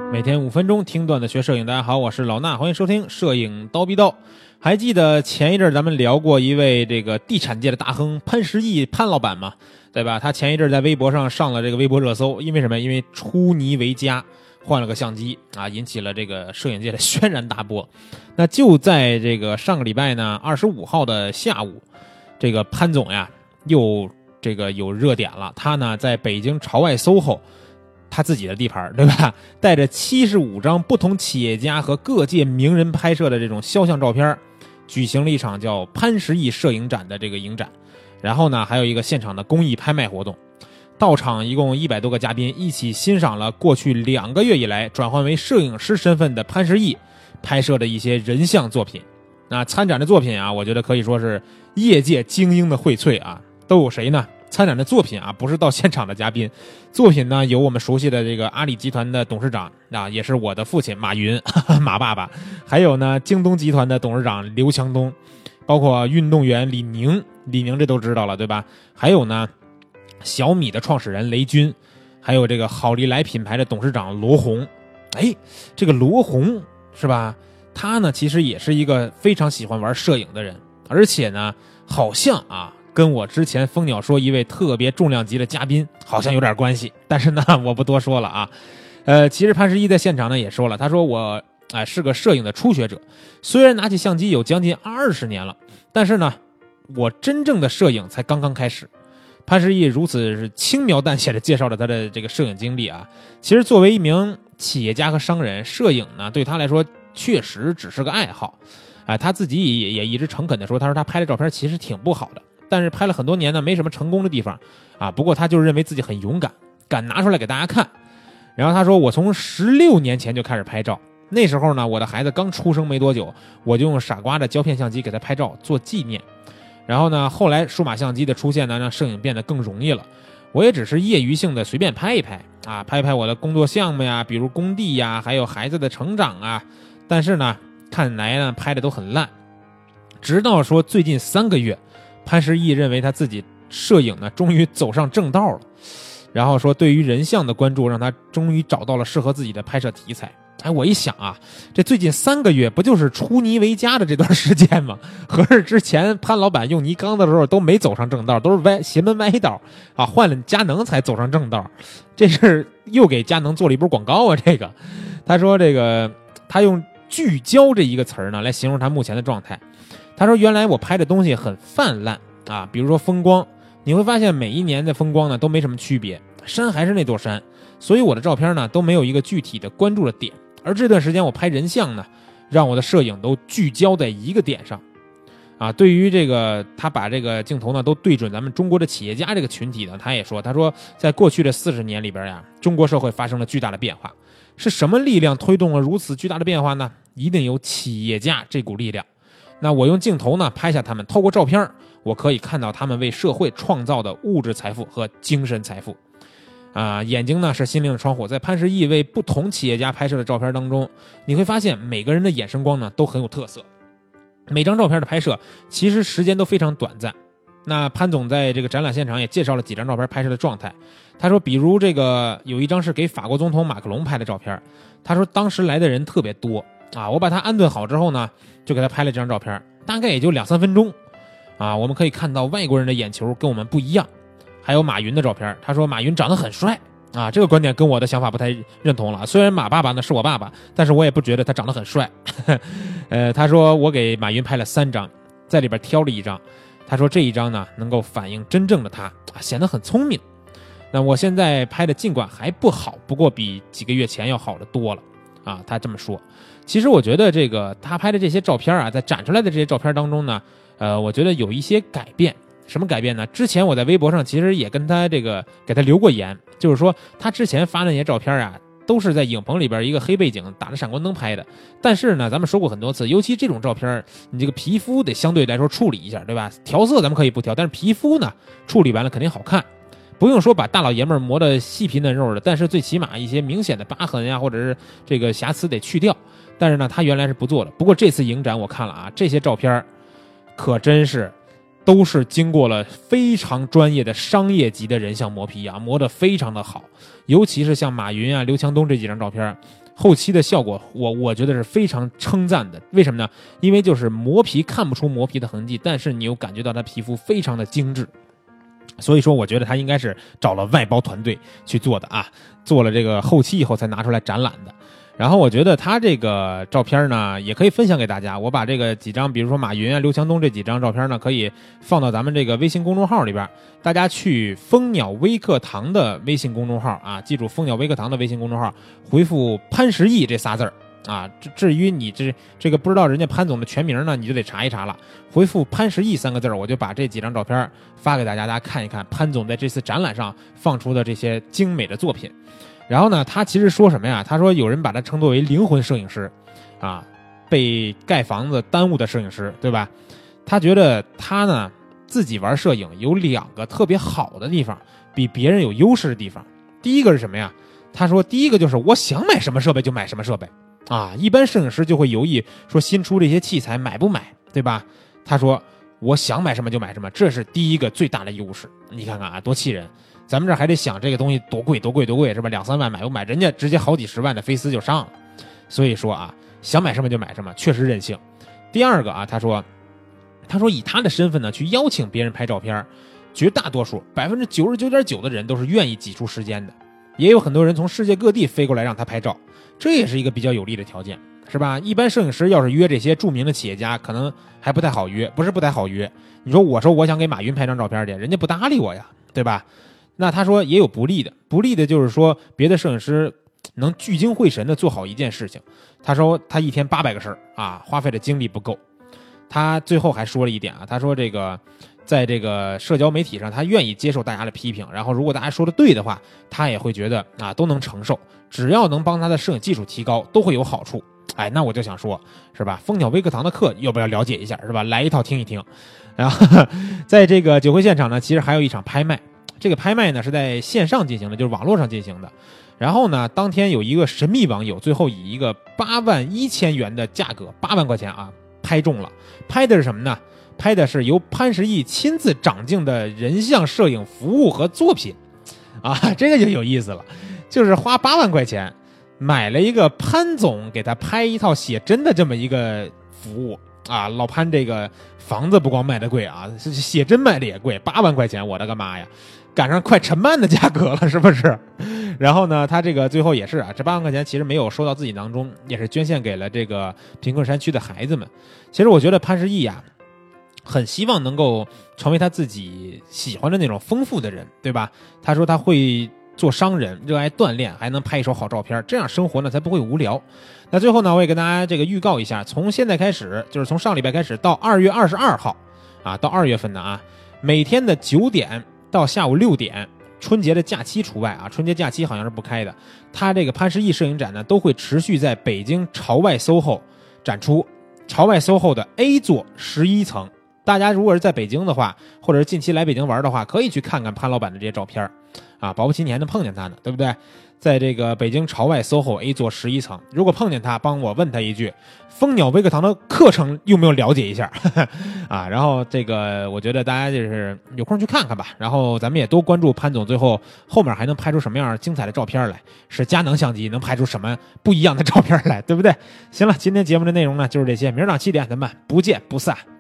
每天5分钟听段子学摄影，大家好，我是老衲，欢迎收听摄影刀逼刀。还记得前一阵咱们聊过一位这个地产界的大亨潘石屹潘老板嘛，对吧？他前一阵在微博上上了这个微博热搜，因为什么？因为出泥为家，换了个相机啊，引起了这个摄影界的轩然大波。那就在这个上个礼拜呢，25号的下午，这个潘总呀又这个有热点了。他呢在北京朝外 SOHO。他自己的地盘，对吧？带着75张不同企业家和各界名人拍摄的这种肖像照片，举行了一场叫潘石屹摄影展的这个影展。然后呢，还有一个现场的公益拍卖活动。到场一共100多个嘉宾，一起欣赏了过去2个月以来转换为摄影师身份的潘石屹拍摄的一些人像作品。那参展的作品啊，我觉得可以说是业界精英的荟萃啊。都有谁呢？参展的作品啊，不是到现场的嘉宾，作品呢有我们熟悉的这个阿里集团的董事长啊，也是我的父亲马云马爸爸，还有呢京东集团的董事长刘强东，包括运动员李宁这都知道了对吧？还有呢小米的创始人雷军，还有这个好利来品牌的董事长罗红。哎，这个罗红是吧？他呢其实也是一个非常喜欢玩摄影的人，而且呢好像啊跟我之前蜂鸟说一位特别重量级的嘉宾好像有点关系，但是呢我不多说了啊。其实潘石屹在现场呢也说了，他说我是个摄影的初学者，虽然拿起相机有将近20年了，但是呢我真正的摄影才刚刚开始。潘石屹如此是轻描淡写的介绍了他的这个摄影经历啊。其实作为一名企业家和商人，摄影呢对他来说确实只是个爱好。他自己也一直诚恳的说，他说他拍的照片其实挺不好的，但是拍了很多年呢，没什么成功的地方啊。不过他就认为自己很勇敢，敢拿出来给大家看。然后他说，我从16年前就开始拍照，那时候呢，我的孩子刚出生没多久，我就用傻瓜的胶片相机给他拍照做纪念。然后呢，后来数码相机的出现呢，让摄影变得更容易了。我也只是业余性的随便拍一拍啊，拍拍我的工作项目呀，比如工地呀，还有孩子的成长啊。但是呢，看来呢拍的都很烂。直到说最近3个月。潘石屹认为他自己摄影呢终于走上正道了，然后说对于人像的关注让他终于找到了适合自己的拍摄题材。我一想啊，这最近3个月不就是出泥为家的这段时间吗？合着之前潘老板用泥缸的时候都没走上正道，都是邪门歪道啊，换了佳能才走上正道。这是又给佳能做了一波广告啊。这个他说这个他用聚焦这一个词儿呢来形容他目前的状态。他说原来我拍的东西很泛滥啊，比如说风光，你会发现每一年的风光呢都没什么区别，山还是那座山，所以我的照片呢都没有一个具体的关注的点。而这段时间我拍人像呢，让我的摄影都聚焦在一个点上啊。对于这个他把这个镜头呢都对准咱们中国的企业家这个群体呢，他也说，他说在过去的40年里边呀，中国社会发生了巨大的变化。是什么力量推动了如此巨大的变化呢？一定有企业家这股力量。那我用镜头呢拍下他们，透过照片我可以看到他们为社会创造的物质财富和精神财富眼睛呢是心灵的窗户。在潘石屹为不同企业家拍摄的照片当中，你会发现每个人的眼神光呢都很有特色，每张照片的拍摄其实时间都非常短暂。那潘总在这个展览现场也介绍了几张照片拍摄的状态。他说比如这个有一张是给法国总统马克龙拍的照片，他说当时来的人特别多我把他安顿好之后呢，就给他拍了这张照片，大概也就2-3分钟我们可以看到外国人的眼球跟我们不一样。还有马云的照片，他说马云长得很帅这个观点跟我的想法不太认同了。虽然马爸爸呢是我爸爸，但是我也不觉得他长得很帅他说我给马云拍了3张，在里边挑了一张，他说这一张呢能够反映真正的他显得很聪明。那我现在拍的尽管还不好，不过比几个月前要好得多了他这么说。其实我觉得这个他拍的这些照片在展出来的这些照片当中呢，我觉得有一些改变。什么改变呢？之前我在微博上其实也跟他这个给他留过言，就是说他之前发的那些照片都是在影棚里边一个黑背景打着闪光灯拍的。但是呢，咱们说过很多次，尤其这种照片，你这个皮肤得相对来说处理一下，对吧？调色咱们可以不调，但是皮肤呢处理完了肯定好看。不用说把大老爷们磨得细皮嫩肉的，但是最起码一些明显的疤痕呀，或者是这个瑕疵得去掉。但是呢，他原来是不做的。不过这次影展我看了这些照片可真是都是经过了非常专业的商业级的人像磨皮磨得非常的好。尤其是像马云刘强东这几张照片后期的效果我觉得是非常称赞的。为什么呢？因为就是磨皮看不出磨皮的痕迹，但是你又感觉到他皮肤非常的精致。所以说我觉得他应该是找了外包团队去做的啊，做了这个后期以后才拿出来展览的。然后我觉得他这个照片呢也可以分享给大家，我把这个几张比如说马云啊、刘强东这几张照片呢可以放到咱们这个微信公众号里边，大家去蜂鸟微课堂的微信公众号啊，记住蜂鸟微课堂的微信公众号，回复潘石屹这仨字儿啊，至于你这个不知道人家潘总的全名呢，你就得查一查了。回复潘石屹3个字，我就把这几张照片发给大家，大家看一看潘总在这次展览上放出的这些精美的作品。然后呢，他其实说什么呀？他说有人把他称作为灵魂摄影师，啊，被盖房子耽误的摄影师，对吧？他觉得他呢自己玩摄影有2个特别好的地方，比别人有优势的地方。第一个是什么呀？他说第一个就是我想买什么设备就买什么设备。啊，一般摄影师就会犹豫说新出这些器材买不买，对吧？他说我想买什么就买什么，这是第一个最大的优势。你看看啊，多气人！咱们这还得想这个东西多贵是吧？2、3万买不买？人家直接好几10万的菲斯就上了。所以说啊，想买什么就买什么，确实任性。第二个啊，他说以他的身份呢去邀请别人拍照片，绝大多数99.9%的人都是愿意挤出时间的，也有很多人从世界各地飞过来让他拍照。这也是一个比较有利的条件，是吧？一般摄影师要是约这些著名的企业家，可能还不太好约，不是不太好约。你说我想给马云拍张照片去，人家不搭理我呀，对吧？那他说也有不利的就是说别的摄影师能聚精会神的做好一件事情。他说他一天800个事儿啊，花费的精力不够。他最后还说了一点啊，他说这个在这个社交媒体上，他愿意接受大家的批评，然后如果大家说的对的话，他也会觉得啊都能承受，只要能帮他的摄影技术提高，都会有好处。哎，那我就想说，是吧？蜂鸟微课堂的课要不要了解一下，是吧？来一套听一听。然后在这个酒会现场呢，其实还有一场拍卖，这个拍卖呢是在线上进行的，就是网络上进行的。然后呢，当天有一个神秘网友最后以一个81000元的价格，8万块钱啊，拍中了。拍的是什么呢？拍的是由潘石屹亲自掌镜的人像摄影服务和作品，啊，这个就有意思了，就是花8万块钱买了一个潘总给他拍一套写真的这么一个服务啊。老潘这个房子不光卖的贵啊，写真卖的也贵，8万块钱，我的个妈呀，赶上快陈曼的价格了，是不是？然后呢，他这个最后也是啊，这8万块钱其实没有收到自己囊中，也是捐献给了这个贫困山区的孩子们。其实我觉得潘石屹呀，很希望能够成为他自己喜欢的那种丰富的人，对吧？他说他会做商人，热爱锻炼，还能拍一手好照片，这样生活呢才不会无聊。那最后呢，我也跟大家这个预告一下，从现在开始，就是从上礼拜开始到2月22号啊，到2月份的啊，每天的9点到下午6点，春节的假期除外啊，春节假期好像是不开的。他这个潘石屹摄影展呢，都会持续在北京朝外 SOHO 展出，朝外 SOHO 的 A 座11层。大家如果是在北京的话，或者是近期来北京玩的话，可以去看看潘老板的这些照片啊，保不齐你还能碰见他呢，对不对？在这个北京朝外 SOHO A 座11层，如果碰见他，帮我问他一句，蜂鸟微课堂的课程有没有了解一下啊？然后这个我觉得大家就是有空去看看吧，然后咱们也多关注潘总最后面还能拍出什么样精彩的照片来，是佳能相机能拍出什么不一样的照片来，对不对？行了，今天节目的内容呢就是这些，明儿早上7点咱们不见不散。